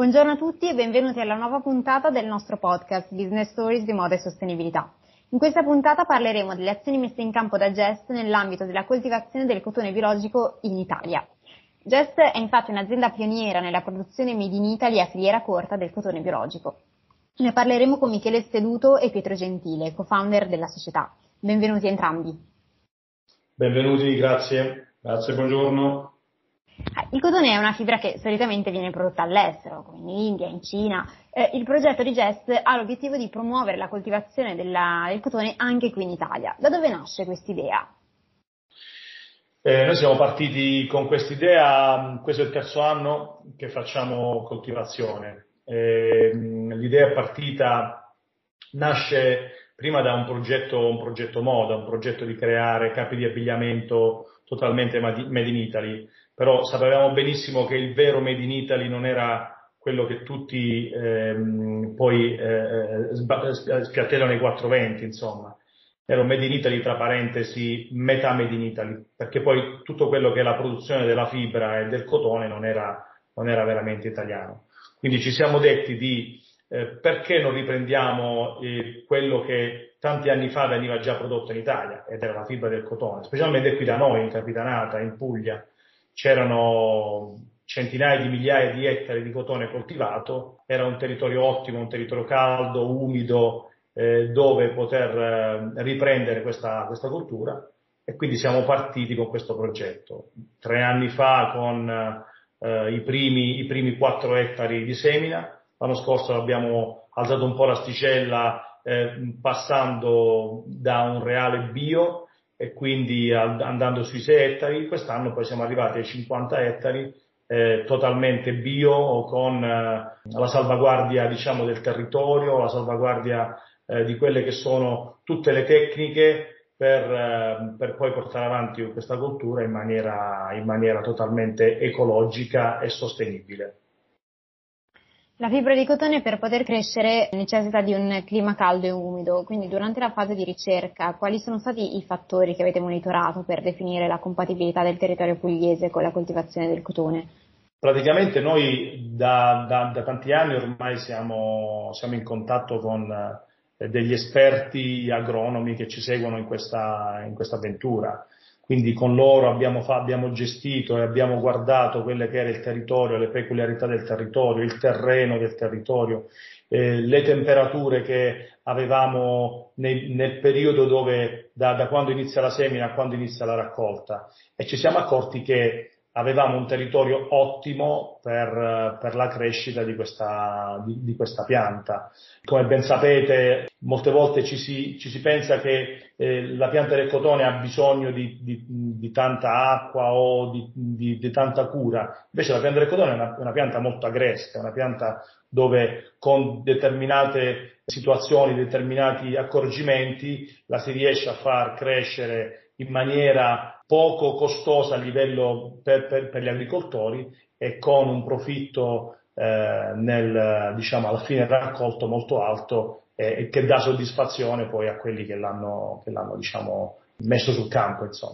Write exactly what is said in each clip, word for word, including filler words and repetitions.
Buongiorno a tutti e benvenuti alla nuova puntata del nostro podcast Business Stories di Moda e Sostenibilità. In questa puntata parleremo delle azioni messe in campo da Just nell'ambito della coltivazione del cotone biologico in Italia. Just è infatti un'azienda pioniera nella produzione made in Italy a filiera corta del cotone biologico. Ne parleremo con Michele Steduto e Pietro Gentile, co-founder della società. Benvenuti entrambi. Benvenuti, grazie. Grazie, buongiorno. Il cotone è una fibra che solitamente viene prodotta all'estero, come in India, in Cina. Eh, il progetto di Just ha l'obiettivo di promuovere la coltivazione della, del cotone anche qui in Italia. Da dove nasce quest'idea? Eh, noi siamo partiti con quest'idea, questo è il terzo anno che facciamo coltivazione. Eh, l'idea è partita, nasce prima da un progetto, un progetto moda, un progetto di creare capi di abbigliamento totalmente made in Italy, però sapevamo benissimo che il vero made in Italy non era quello che tutti ehm, poi eh, spiattellano ai quattro venti, insomma. Era un made in Italy, tra parentesi, metà made in Italy, perché poi tutto quello che è la produzione della fibra e del cotone non era, non era veramente italiano. Quindi ci siamo detti di eh, perché non riprendiamo eh, quello che tanti anni fa veniva già prodotto in Italia, ed era la fibra del cotone, specialmente qui da noi, in Capitanata, in Puglia. C'erano centinaia di migliaia di ettari di cotone coltivato, era un territorio ottimo, un territorio caldo, umido, eh, dove poter eh, riprendere questa, questa cultura, e quindi siamo partiti con questo progetto. Tre anni fa con eh, i primi i primi quattro ettari di semina, l'anno scorso abbiamo alzato un po' l'asticella eh, passando da un reale bio e quindi andando sui sei ettari, quest'anno poi siamo arrivati ai cinquanta ettari, eh, totalmente bio, con eh, la salvaguardia, diciamo, del territorio, la salvaguardia eh, di quelle che sono tutte le tecniche per, eh, per poi portare avanti questa cultura in maniera, in maniera totalmente ecologica e sostenibile. La fibra di cotone per poter crescere necessita di un clima caldo e umido, quindi durante la fase di ricerca quali sono stati i fattori che avete monitorato per definire la compatibilità del territorio pugliese con la coltivazione del cotone? Praticamente noi da, da, da tanti anni ormai siamo, siamo in contatto con eh, degli esperti agronomi che ci seguono in questa, in questa avventura. Quindi con loro abbiamo, fa, abbiamo gestito e abbiamo guardato quelle che era il territorio, le peculiarità del territorio, il terreno del territorio, eh, le temperature che avevamo nei, nel periodo dove, da, da quando inizia la semina a quando inizia la raccolta, e ci siamo accorti che avevamo un territorio ottimo per, per la crescita di questa, di, di questa pianta. Come ben sapete, molte volte ci si, ci si pensa che eh, la pianta del cotone ha bisogno di, di, di tanta acqua o di, di, di tanta cura. Invece la pianta del cotone è una, una pianta molto agresca, una pianta dove con determinate situazioni, determinati accorgimenti la si riesce a far crescere in maniera poco costosa a livello per, per, per gli agricoltori e con un profitto eh, nel, diciamo, alla fine raccolto molto alto e eh, che dà soddisfazione poi a quelli che l'hanno, che l'hanno diciamo, messo sul campo, insomma.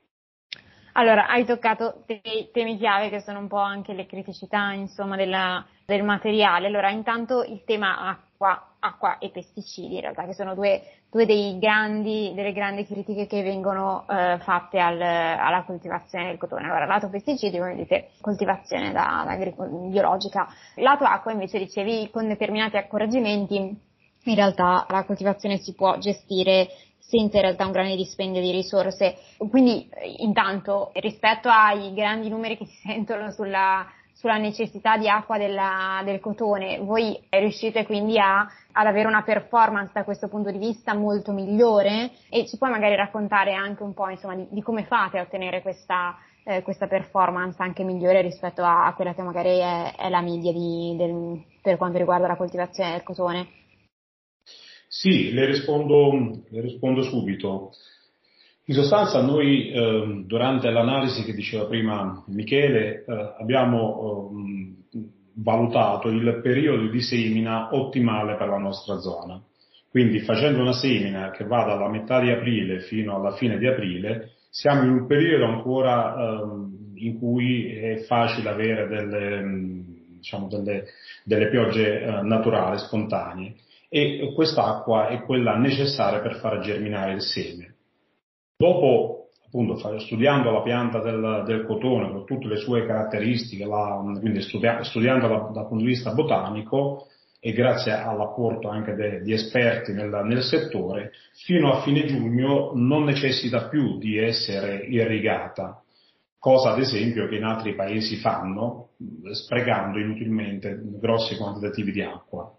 Allora, hai toccato dei temi chiave che sono un po' anche le criticità, insomma, della, del materiale. Allora, intanto il tema acqua, acqua e pesticidi, in realtà, che sono due, due dei grandi, delle grandi critiche che vengono eh, fatte al, alla coltivazione del cotone. Allora, lato pesticidi, come dite, coltivazione da, da biologica. Lato acqua, invece, dicevi, con determinati accorgimenti, in realtà la coltivazione si può gestire senza in realtà un grande dispendio di risorse. Quindi intanto rispetto ai grandi numeri che si sentono sulla, sulla necessità di acqua della, del cotone, voi riuscite quindi a, ad avere una performance da questo punto di vista molto migliore, e ci puoi magari raccontare anche un po' insomma di, di come fate a ottenere questa, eh, questa performance anche migliore rispetto a, a quella che magari è, è la media di, del, per quanto riguarda la coltivazione del cotone? Sì, le rispondo, le rispondo subito. In sostanza noi eh, durante l'analisi che diceva prima Michele eh, abbiamo eh, valutato il periodo di semina ottimale per la nostra zona. Quindi facendo una semina che va dalla metà di aprile fino alla fine di aprile, siamo in un periodo ancora eh, in cui è facile avere delle, diciamo delle, delle piogge eh, naturali, spontanee, e quest'acqua è quella necessaria per far germinare il seme. Dopo, appunto, studiando la pianta del, del cotone con tutte le sue caratteristiche, la, quindi studia, studiandola dal punto di vista botanico e grazie all'apporto anche de, di esperti nel, nel settore, fino a fine giugno non necessita più di essere irrigata, cosa ad esempio che in altri paesi fanno, sprecando inutilmente grossi quantitativi di acqua.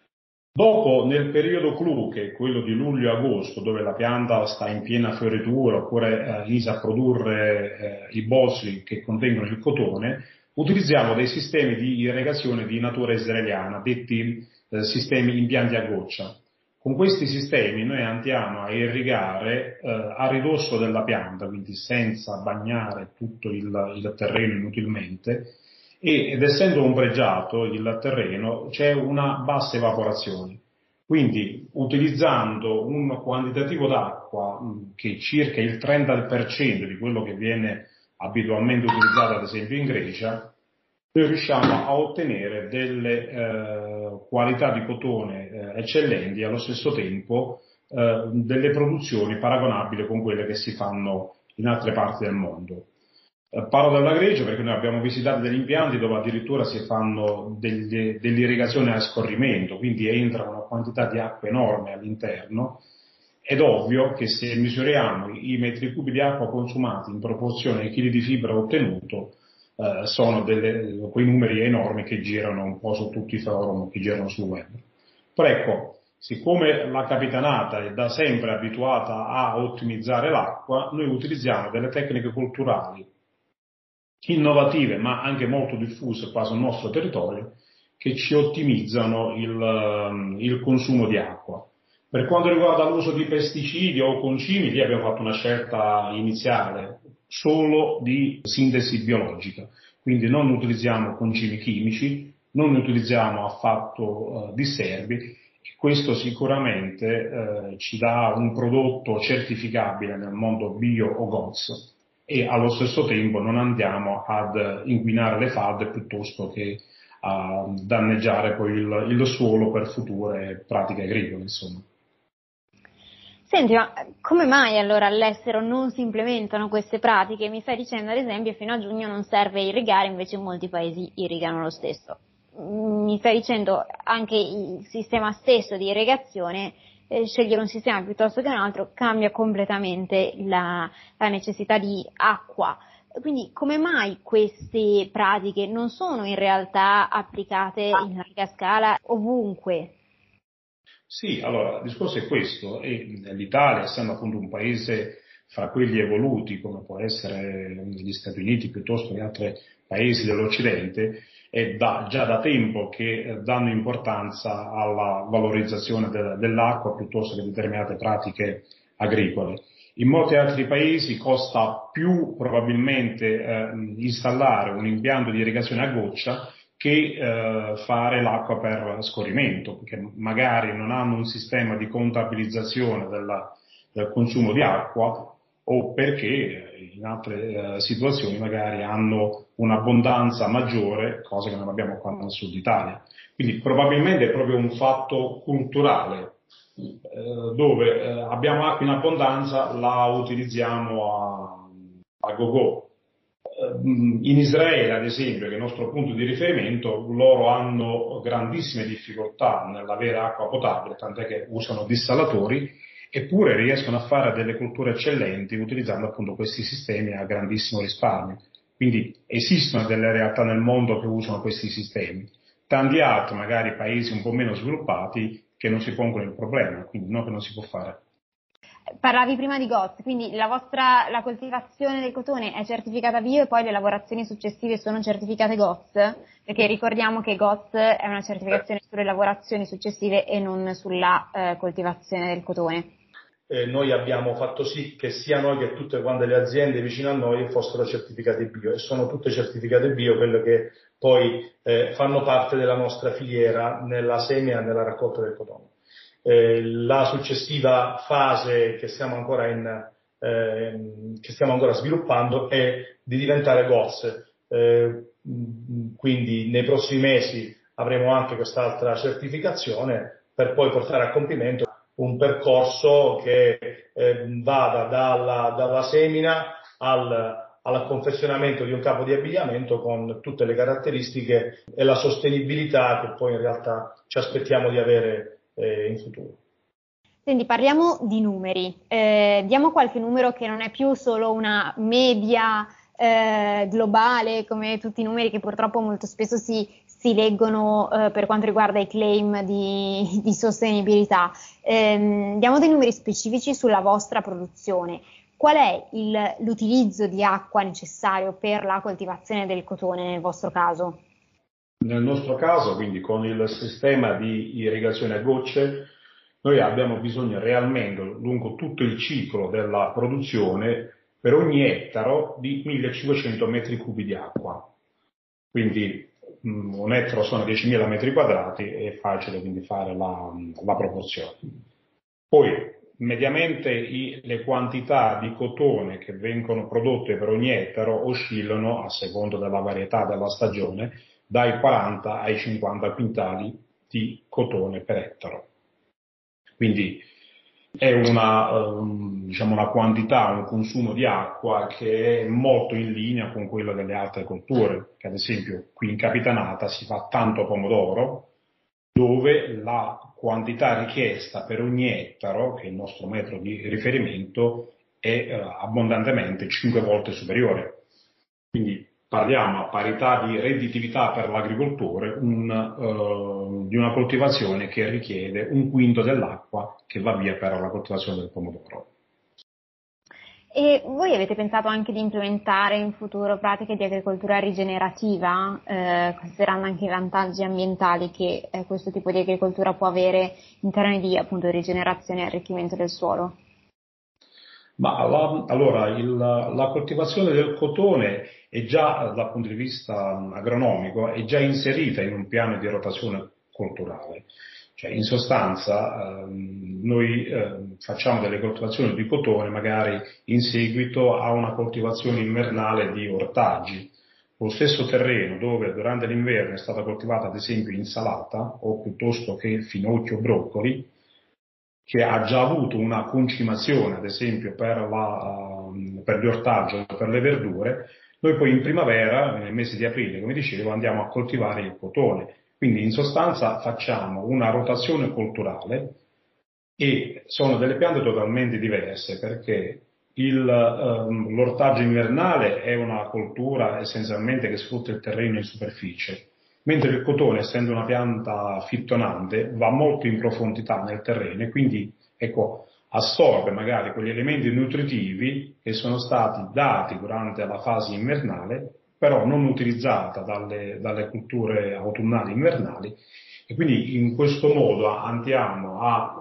Dopo, nel periodo clou, che è quello di luglio-agosto, dove la pianta sta in piena fioritura oppure eh, inizia a produrre eh, i bocci che contengono il cotone, utilizziamo dei sistemi di irrigazione di natura israeliana, detti eh, sistemi impianti a goccia. Con questi sistemi noi andiamo a irrigare eh, a ridosso della pianta, quindi senza bagnare tutto il, il terreno inutilmente, ed essendo ombreggiato il terreno c'è una bassa evaporazione, quindi utilizzando un quantitativo d'acqua che è circa il trenta per cento di quello che viene abitualmente utilizzato ad esempio in Grecia, noi riusciamo a ottenere delle eh, qualità di cotone eh, eccellenti e allo stesso tempo eh, delle produzioni paragonabili con quelle che si fanno in altre parti del mondo. Parlo della Grecia perché noi abbiamo visitato degli impianti dove addirittura si fanno delle, dell'irrigazione a scorrimento, quindi entra una quantità di acqua enorme all'interno. Ed ovvio che se misuriamo i metri cubi di acqua consumati in proporzione ai chili di fibra ottenuto, eh, sono delle, quei numeri enormi che girano un po' su tutti i forum, che girano sul web. Però ecco, siccome la Capitanata è da sempre abituata a ottimizzare l'acqua, noi utilizziamo delle tecniche culturali innovative ma anche molto diffuse qua sul nostro territorio che ci ottimizzano il, il consumo di acqua. Per quanto riguarda l'uso di pesticidi o concimi, lì abbiamo fatto una scelta iniziale solo di sintesi biologica, quindi non utilizziamo concimi chimici, non utilizziamo affatto uh, disserbi. Questo sicuramente eh, ci dà un prodotto certificabile nel mondo bio o G O T S, e allo stesso tempo non andiamo ad inquinare le falde piuttosto che a danneggiare poi il, il suolo per future pratiche agricole, insomma. Senti, ma come mai allora all'estero non si implementano queste pratiche? Mi stai dicendo ad esempio fino a giugno non serve irrigare, invece in molti paesi irrigano lo stesso. Mi stai dicendo anche il sistema stesso di irrigazione, eh, scegliere un sistema piuttosto che un altro cambia completamente la, la necessità di acqua. Quindi come mai queste pratiche non sono in realtà applicate in larga scala ovunque? Sì, allora il discorso è questo, e l'Italia, essendo appunto un paese fra quelli evoluti come può essere gli Stati Uniti piuttosto che altri paesi dell'Occidente, è da, già da tempo che danno importanza alla valorizzazione de, dell'acqua piuttosto che determinate pratiche agricole. In molti altri paesi costa più probabilmente eh, installare un impianto di irrigazione a goccia che eh, fare l'acqua per scorrimento, perché magari non hanno un sistema di contabilizzazione della, del consumo di acqua, o perché in altre eh, situazioni magari hanno un'abbondanza maggiore, cosa che non abbiamo qua nel sud Italia. Quindi probabilmente è proprio un fatto culturale, eh, dove eh, abbiamo acqua in abbondanza, la utilizziamo a, a go-go. In Israele, ad esempio, che è il nostro punto di riferimento, loro hanno grandissime difficoltà nell'avere acqua potabile, tant'è che usano dissalatori, eppure riescono a fare delle colture eccellenti utilizzando appunto questi sistemi a grandissimo risparmio. Quindi esistono delle realtà nel mondo che usano questi sistemi. Tanti altri, magari paesi un po' meno sviluppati, che non si pongono il problema, quindi no, che non si può fare. Parlavi prima di G O T S, quindi la vostra la coltivazione del cotone è certificata bio e poi le lavorazioni successive sono certificate G O T S? Perché ricordiamo che G O T S è una certificazione sulle lavorazioni successive e non sulla eh, coltivazione del cotone. Eh, noi abbiamo fatto sì che sia noi che tutte quante le aziende vicino a noi fossero certificate bio, e sono tutte certificate bio quelle che poi eh, fanno parte della nostra filiera nella semina e nella raccolta del cotone. Eh, la successiva fase che stiamo ancora in, eh, che stiamo ancora sviluppando è di diventare G O T S. Eh, quindi nei prossimi mesi avremo anche quest'altra certificazione per poi portare a compimento un percorso che eh, vada dalla, dalla semina al, al confezionamento di un capo di abbigliamento con tutte le caratteristiche e la sostenibilità che poi in realtà ci aspettiamo di avere eh, in futuro. Senti, parliamo di numeri. Eh, diamo qualche numero che non è più solo una media eh, globale, come tutti i numeri che purtroppo molto spesso si, si leggono eh, per quanto riguarda i claim di, di sostenibilità. Eh, diamo dei numeri specifici sulla vostra produzione. Qual è il, l'utilizzo di acqua necessario per la coltivazione del cotone nel vostro caso? Nel nostro caso, quindi con il sistema di irrigazione a gocce, noi abbiamo bisogno realmente, lungo tutto il ciclo della produzione, per ogni ettaro di millecinquecento metri cubi di acqua. Quindi um, un ettaro sono diecimila metri quadrati, è facile quindi fare la, la proporzione. Poi, mediamente i, le quantità di cotone che vengono prodotte per ogni ettaro oscillano, a seconda della varietà della stagione, dai quaranta ai cinquanta quintali di cotone per ettaro. Quindi è una, um, diciamo una quantità, un consumo di acqua che è molto in linea con quello delle altre colture, che ad esempio qui in Capitanata si fa tanto pomodoro, dove la quantità richiesta per ogni ettaro, che è il nostro metro di riferimento, è eh, abbondantemente cinque volte superiore. Quindi parliamo a parità di redditività per l'agricoltore un, uh, di una coltivazione che richiede un quinto dell'acqua che va via per la coltivazione del pomodoro. E voi avete pensato anche di implementare in futuro pratiche di agricoltura rigenerativa, eh, considerando anche i vantaggi ambientali che eh, questo tipo di agricoltura può avere in termini di appunto rigenerazione e arricchimento del suolo? Ma la, allora, il, la coltivazione del cotone è già, dal punto di vista agronomico, è già inserita in un piano di rotazione colturale. Cioè, in sostanza, ehm, noi eh, facciamo delle coltivazioni di cotone magari in seguito a una coltivazione invernale di ortaggi. Lo stesso terreno dove durante l'inverno è stata coltivata ad esempio insalata o piuttosto che finocchio o broccoli, che ha già avuto una concimazione, ad esempio, per, la, per gli ortaggi o per le verdure, noi poi in primavera, nel mese di aprile, come dicevo, andiamo a coltivare il cotone. Quindi in sostanza facciamo una rotazione colturale e sono delle piante totalmente diverse perché il, um, l'ortaggio invernale è una coltura essenzialmente che sfrutta il terreno in superficie, mentre il cotone, essendo una pianta fittonante, va molto in profondità nel terreno e quindi ecco, assorbe magari quegli elementi nutritivi che sono stati dati durante la fase invernale, però non utilizzata dalle, dalle culture autunnali invernali, e quindi in questo modo andiamo a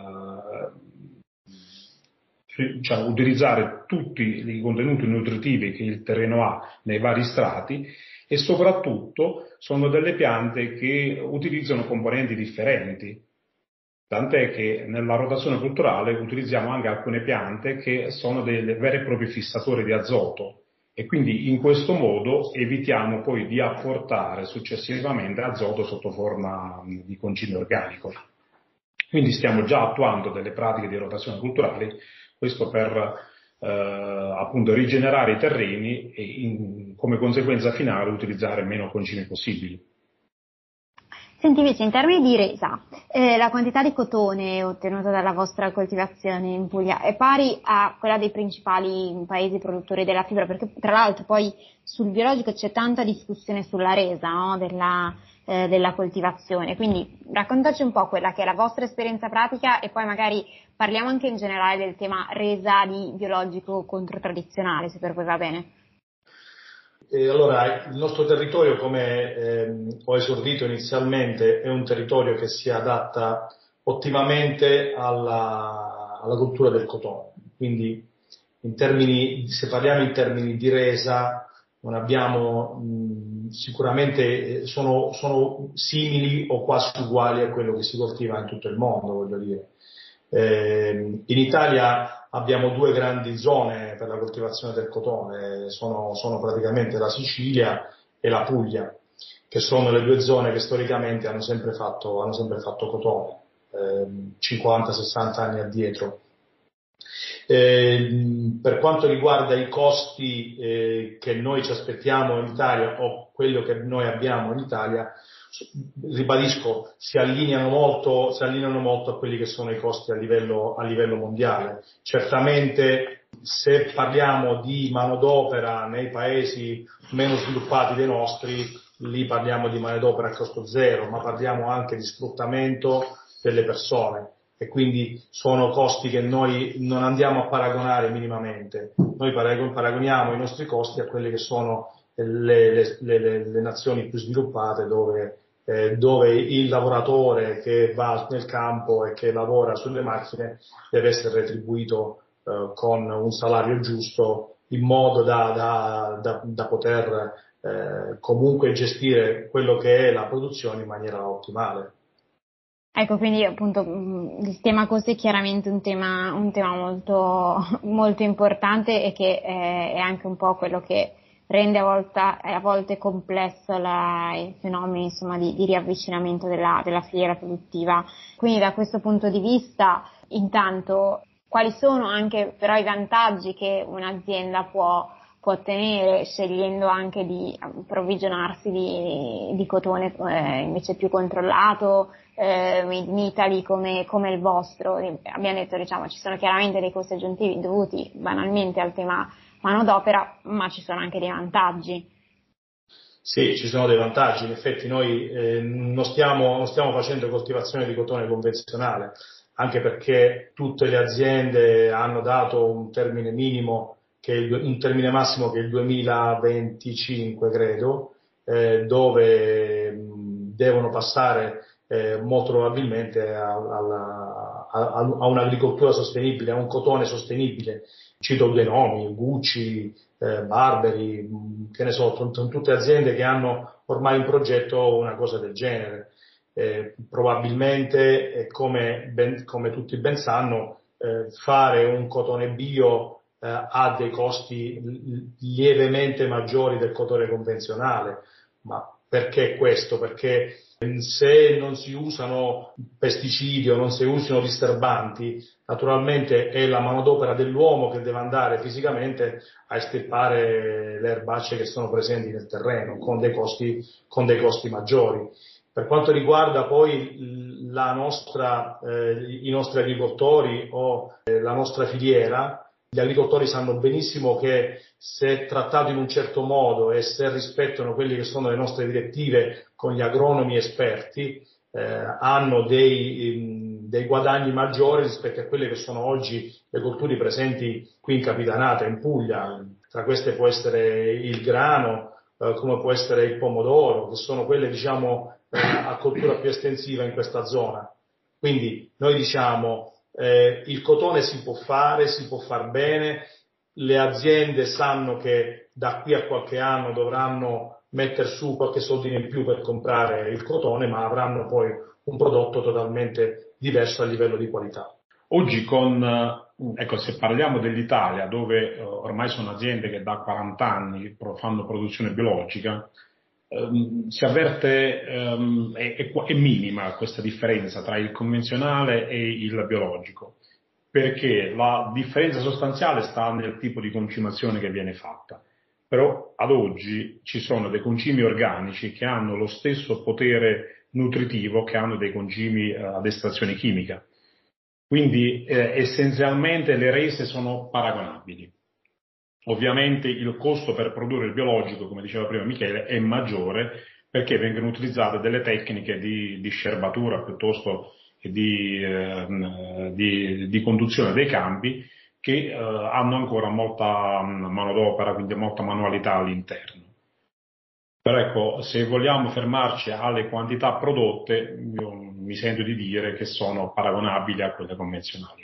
eh, cioè, utilizzare tutti i contenuti nutritivi che il terreno ha nei vari strati e soprattutto sono delle piante che utilizzano componenti differenti, tant'è che nella rotazione culturale utilizziamo anche alcune piante che sono dei veri e propri fissatori di azoto e quindi in questo modo evitiamo poi di apportare successivamente azoto sotto forma di concime organico. Quindi stiamo già attuando delle pratiche di rotazione culturale, questo per eh, appunto rigenerare i terreni e in, come conseguenza finale utilizzare meno concimi possibili. Senti, invece in termini di resa, eh, la quantità di cotone ottenuta dalla vostra coltivazione in Puglia è pari a quella dei principali paesi produttori della fibra? Perché tra l'altro poi sul biologico c'è tanta discussione sulla resa, no? della, eh, della coltivazione, quindi raccontaci un po' quella che è la vostra esperienza pratica e poi magari parliamo anche in generale del tema resa di biologico contro tradizionale, se per voi va bene. E allora, il nostro territorio, come ehm, ho esordito inizialmente, è un territorio che si adatta ottimamente alla, alla cultura del cotone. Quindi, in termini, se parliamo in termini di resa, non abbiamo mh, sicuramente sono, sono simili o quasi uguali a quello che si coltiva in tutto il mondo, voglio dire. Eh, in Italia abbiamo due grandi zone per la coltivazione del cotone, sono, sono praticamente la Sicilia e la Puglia, che sono le due zone che storicamente hanno sempre fatto, hanno sempre fatto cotone, eh, cinquanta sessanta anni addietro. Eh, per quanto riguarda i costi eh, che noi ci aspettiamo in Italia o quello che noi abbiamo in Italia, ribadisco, si allineano molto, si allineano molto a quelli che sono i costi a livello, a livello mondiale. Certamente, se parliamo di manodopera nei paesi meno sviluppati dei nostri, lì parliamo di manodopera a costo zero, ma parliamo anche di sfruttamento delle persone. E quindi sono costi che noi non andiamo a paragonare minimamente. Noi paragoniamo i nostri costi a quelle che sono le, le, le, le nazioni più sviluppate dove, eh, dove il lavoratore che va nel campo e che lavora sulle macchine deve essere retribuito eh, con un salario giusto in modo da, da, da, da poter eh, comunque gestire quello che è la produzione in maniera ottimale. Ecco, quindi appunto il tema costi è chiaramente un tema, un tema molto, molto importante e che è, è anche un po' quello che rende a volte, a volte complesso la, i fenomeni insomma, di, di riavvicinamento della, della filiera produttiva. Quindi da questo punto di vista, intanto, quali sono anche però i vantaggi che un'azienda può può ottenere scegliendo anche di approvvigionarsi di, di cotone eh, invece più controllato, eh, in Italy come, come il vostro. Abbiamo detto, diciamo, ci sono chiaramente dei costi aggiuntivi dovuti banalmente al tema manodopera, ma ci sono anche dei vantaggi. Sì, ci sono dei vantaggi. In effetti noi eh, non stiamo, non stiamo facendo coltivazione di cotone convenzionale, anche perché tutte le aziende hanno dato un termine minimo, che è il, un termine massimo che è il duemilaventicinque, credo, eh, dove mh, devono passare eh, molto probabilmente a, a, a, a un'agricoltura sostenibile, a un cotone sostenibile. Cito due nomi, Gucci, eh, Barberi, che ne so, sono tutte aziende che hanno ormai in progetto una cosa del genere. Eh, probabilmente, eh, come, ben, come tutti ben sanno, eh, fare un cotone bio eh, ha dei costi lievemente maggiori del cotone convenzionale. Ma perché questo? Perché se non si usano pesticidi o non si usano disturbanti, naturalmente è la manodopera dell'uomo che deve andare fisicamente a estirpare le erbacce che sono presenti nel terreno, con dei costi, con dei costi maggiori. Per quanto riguarda poi la nostra, eh, i nostri agricoltori o eh, la nostra filiera, gli agricoltori sanno benissimo che se trattati in un certo modo e se rispettano quelle che sono le nostre direttive con gli agronomi esperti, eh, hanno dei, dei guadagni maggiori rispetto a quelle che sono oggi le colture presenti qui in Capitanata, in Puglia. Tra queste può essere il grano, eh, come può essere il pomodoro, che sono quelle, diciamo, eh, a coltura più estensiva in questa zona. Quindi noi diciamo eh, il cotone si può fare, si può far bene, le aziende sanno che da qui a qualche anno dovranno mettere su qualche soldino in più per comprare il cotone, ma avranno poi un prodotto totalmente diverso a livello di qualità. Oggi con, ecco, se parliamo dell'Italia, dove ormai sono aziende che da quaranta anni fanno produzione biologica, ehm, si avverte, ehm, è, è minima questa differenza tra il convenzionale e il biologico, perché la differenza sostanziale sta nel tipo di concimazione che viene fatta. Però ad oggi ci sono dei concimi organici che hanno lo stesso potere nutritivo che hanno dei concimi eh, ad estrazione chimica. Quindi eh, essenzialmente le rese sono paragonabili. Ovviamente il costo per produrre il biologico, come diceva prima Michele, è maggiore perché vengono utilizzate delle tecniche di, di scerbatura piuttosto che di, eh, di, di conduzione dei campi che eh, hanno ancora molta manodopera, quindi molta manualità all'interno. Però ecco, se vogliamo fermarci alle quantità prodotte, io mi sento di dire che sono paragonabili a quelle convenzionali.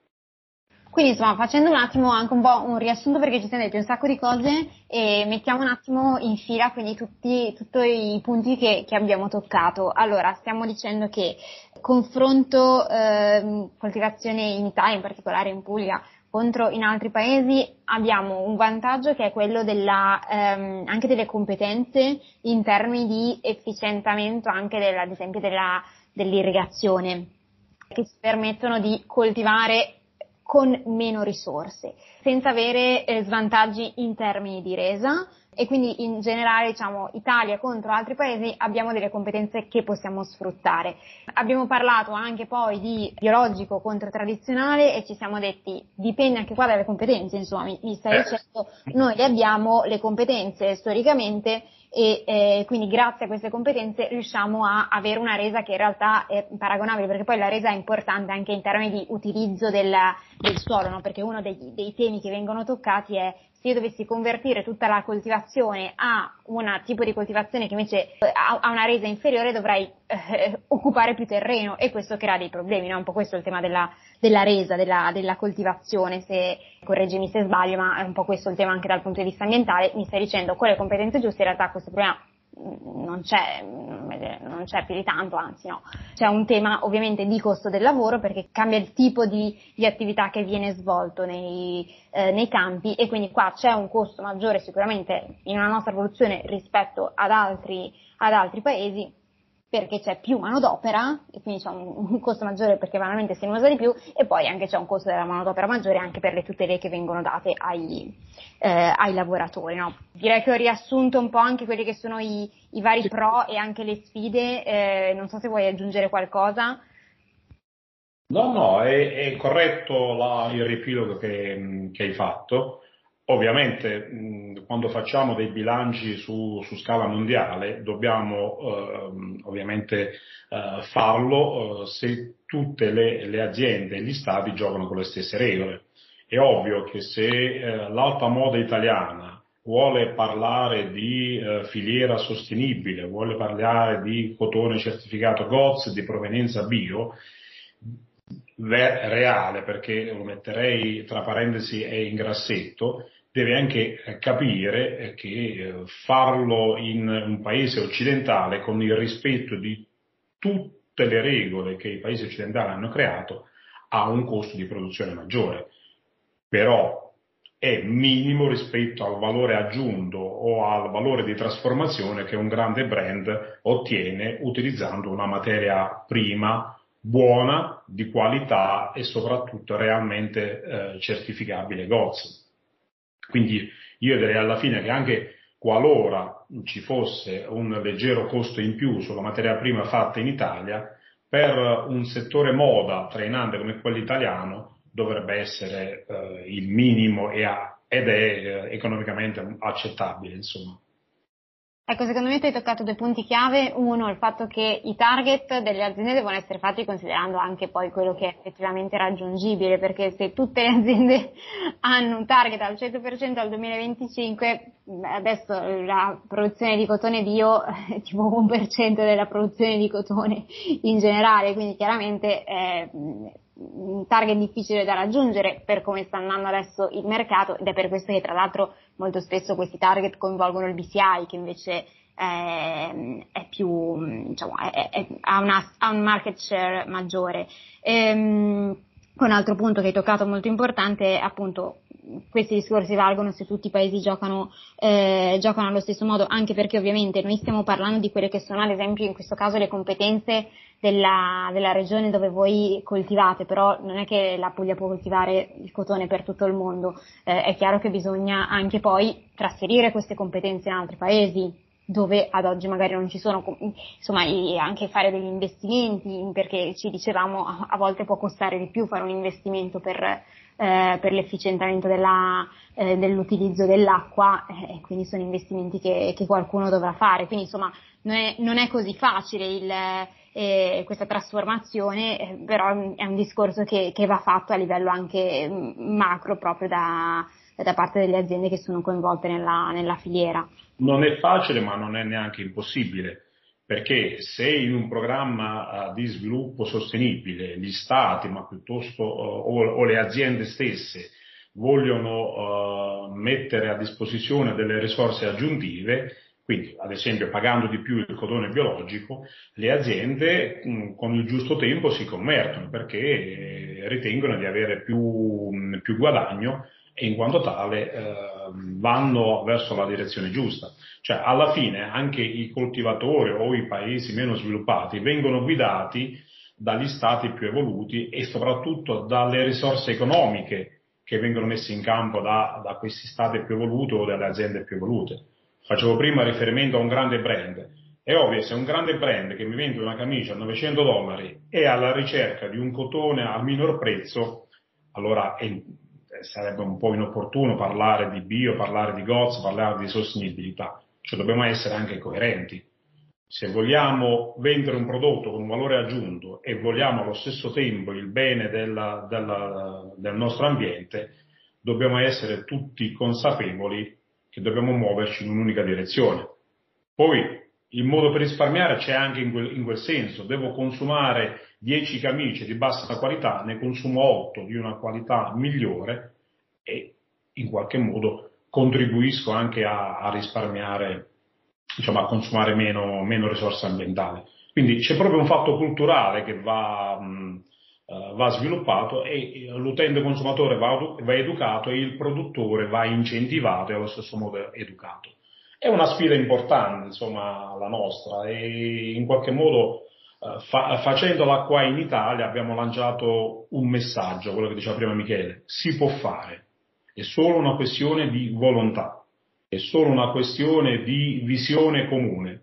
Quindi insomma, facendo un attimo anche un po' un riassunto, perché ci siamo detti un sacco di cose, e mettiamo un attimo in fila quindi tutti, tutti i punti che, che abbiamo toccato. Allora, stiamo dicendo che confronto eh, coltivazione in Italia, in particolare in Puglia, contro in altri paesi abbiamo un vantaggio che è quello della, ehm, anche delle competenze in termini di efficientamento anche della, ad esempio della, dell'irrigazione, che ci permettono di coltivare con meno risorse, senza avere eh, svantaggi in termini di resa. E quindi in generale, diciamo, Italia contro altri paesi abbiamo delle competenze che possiamo sfruttare. Abbiamo parlato anche poi di biologico contro tradizionale e ci siamo detti dipende anche qua dalle competenze, insomma, mi, mi stai dicendo noi le abbiamo le competenze storicamente e eh, quindi grazie a queste competenze riusciamo a avere una resa che in realtà è paragonabile, perché poi la resa è importante anche in termini di utilizzo del, del suolo, no? Perché uno dei, dei temi che vengono toccati è se io dovessi convertire tutta la coltivazione a un tipo di coltivazione che invece ha, ha una resa inferiore, dovrei eh, occupare più terreno e questo crea dei problemi, no? Un po' questo è il tema della, della resa, della, della coltivazione, se correggimi se sbaglio, ma è un po' questo il tema anche dal punto di vista ambientale. Mi stai dicendo con le competenze giuste in realtà questo problema non c'è, non c'è più di tanto, anzi no, c'è un tema ovviamente di costo del lavoro perché cambia il tipo di, di attività che viene svolto nei, eh, nei campi e quindi qua c'è un costo maggiore sicuramente in una nostra produzione rispetto ad altri, ad altri paesi, perché c'è più manodopera e quindi c'è un, un costo maggiore perché banalmente se ne usa di più e poi anche c'è un costo della manodopera maggiore anche per le tutele che vengono date ai, eh, ai lavoratori, no? Direi che ho riassunto un po' anche quelli che sono i, i vari pro e anche le sfide, eh, non so se vuoi aggiungere qualcosa. No, no, è, è corretto la, il riepilogo che, che hai fatto. Ovviamente mh, quando facciamo dei bilanci su, su scala mondiale dobbiamo eh, ovviamente eh, farlo eh, se tutte le, le aziende e gli stati giocano con le stesse regole. È ovvio che se eh, l'alta moda italiana vuole parlare di eh, filiera sostenibile, vuole parlare di cotone certificato G O T S di provenienza bio, reale, perché lo metterei tra parentesi e in grassetto, deve anche capire che farlo in un paese occidentale con il rispetto di tutte le regole che i paesi occidentali hanno creato ha un costo di produzione maggiore, però è minimo rispetto al valore aggiunto o al valore di trasformazione che un grande brand ottiene utilizzando una materia prima buona, di qualità e soprattutto realmente eh, certificabile G O T S. Quindi io direi alla fine che anche qualora ci fosse un leggero costo in più sulla materia prima fatta in Italia, per un settore moda trainante come quello italiano dovrebbe essere eh, il minimo e a, ed è eh, economicamente accettabile, insomma. Ecco, secondo me tu hai toccato due punti chiave. Uno, il fatto che i target delle aziende devono essere fatti considerando anche poi quello che è effettivamente raggiungibile, perché se tutte le aziende hanno un target al cento per cento al duemilaventicinque, adesso la produzione di cotone bio è tipo un per cento della produzione di cotone in generale, quindi chiaramente è un target difficile da raggiungere per come sta andando adesso il mercato, ed è per questo che tra l'altro molto spesso questi target coinvolgono il B C I, che invece è, è più, diciamo, è, è, ha, una, ha un market share maggiore. Ehm, un altro punto che hai toccato molto importante è appunto questi discorsi valgono se tutti i paesi giocano, eh, giocano allo stesso modo, anche perché ovviamente noi stiamo parlando di quelle che sono ad esempio in questo caso le competenze della, della regione dove voi coltivate, però non è che la Puglia può coltivare il cotone per tutto il mondo, eh, è chiaro che bisogna anche poi trasferire queste competenze in altri paesi dove ad oggi magari non ci sono, insomma, anche fare degli investimenti, perché ci dicevamo a volte può costare di più fare un investimento per, eh, per l'efficientamento della, eh, dell'utilizzo dell'acqua, e eh, quindi sono investimenti che, che qualcuno dovrà fare, quindi insomma non è, non è così facile il, eh, questa trasformazione, eh, però è un discorso che, che va fatto a livello anche macro proprio da, da parte delle aziende che sono coinvolte nella, nella filiera. Non è facile, ma non è neanche impossibile, perché se in un programma uh, di sviluppo sostenibile gli stati, ma piuttosto uh, o, o le aziende stesse vogliono uh, mettere a disposizione delle risorse aggiuntive, Quindi, ad esempio, pagando di più il cotone biologico, le aziende mh, con il giusto tempo si convertono perché eh, ritengono di avere più, mh, più guadagno e in quanto tale eh, vanno verso la direzione giusta. Cioè, alla fine, anche i coltivatori o i paesi meno sviluppati vengono guidati dagli stati più evoluti e soprattutto dalle risorse economiche che vengono messe in campo da, da questi stati più evoluti o dalle aziende più evolute. Facevo prima riferimento a un grande brand. È ovvio, se un grande brand che mi vende una camicia a novecento dollari è alla ricerca di un cotone a minor prezzo, allora è, sarebbe un po' inopportuno parlare di bio, parlare di G O T S, parlare di sostenibilità. Cioè dobbiamo essere anche coerenti. Se vogliamo vendere un prodotto con un valore aggiunto e vogliamo allo stesso tempo il bene della, della, del nostro ambiente, dobbiamo essere tutti consapevoli che dobbiamo muoverci in un'unica direzione. Poi il modo per risparmiare c'è anche in quel, in quel senso. Devo consumare dieci camicie di bassa qualità, ne consumo otto di una qualità migliore e in qualche modo contribuisco anche a, a risparmiare, diciamo, a consumare meno, meno risorse ambientali. Quindi c'è proprio un fatto culturale che va, mh, uh, va sviluppato e l'utente consumatore va, va educato e il produttore va incentivato e allo stesso modo educato. È una sfida importante, insomma, la nostra e in qualche modo uh, fa, facendola qua in Italia abbiamo lanciato un messaggio, quello che diceva prima Michele: si può fare, è solo una questione di volontà. È solo una questione di visione comune.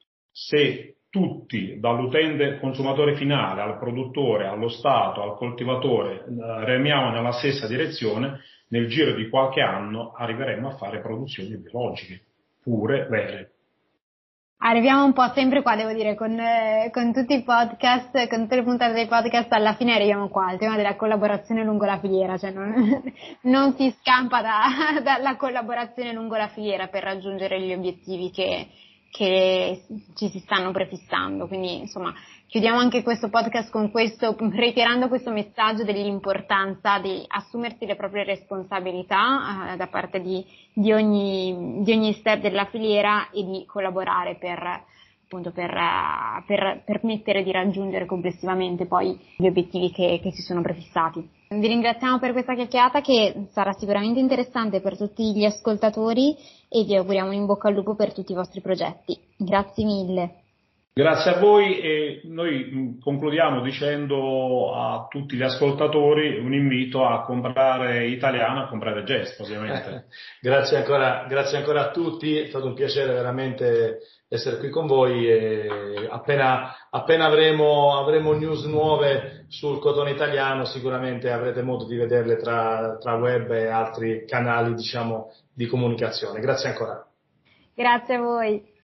Se tutti, dall'utente consumatore finale al produttore, allo Stato, al coltivatore, remiamo nella stessa direzione, nel giro di qualche anno arriveremo a fare produzioni biologiche, pure, vere. Arriviamo un po' sempre qua, devo dire, con, eh, con tutti i podcast, con tutte le puntate dei podcast, alla fine arriviamo qua, al tema della collaborazione lungo la filiera, cioè non, non si scampa da, dalla collaborazione lungo la filiera per raggiungere gli obiettivi che, che ci si stanno prefissando. Quindi, insomma, chiudiamo anche questo podcast con questo, reiterando questo messaggio dell'importanza di assumersi le proprie responsabilità eh, da parte di, di ogni, di ogni step della filiera e di collaborare per, appunto, per, uh, per permettere di raggiungere complessivamente poi gli obiettivi che, che si sono prefissati. Vi ringraziamo per questa chiacchierata che sarà sicuramente interessante per tutti gli ascoltatori e vi auguriamo in bocca al lupo per tutti i vostri progetti. Grazie mille. Grazie a voi e noi concludiamo dicendo a tutti gli ascoltatori un invito a comprare italiano, a comprare Gesto, ovviamente. grazie ancora, grazie ancora a tutti, è stato un piacere veramente essere qui con voi e appena, appena avremo, avremo news nuove sul cotone italiano sicuramente avrete modo di vederle tra, tra web e altri canali, diciamo, di comunicazione. Grazie ancora. Grazie a voi.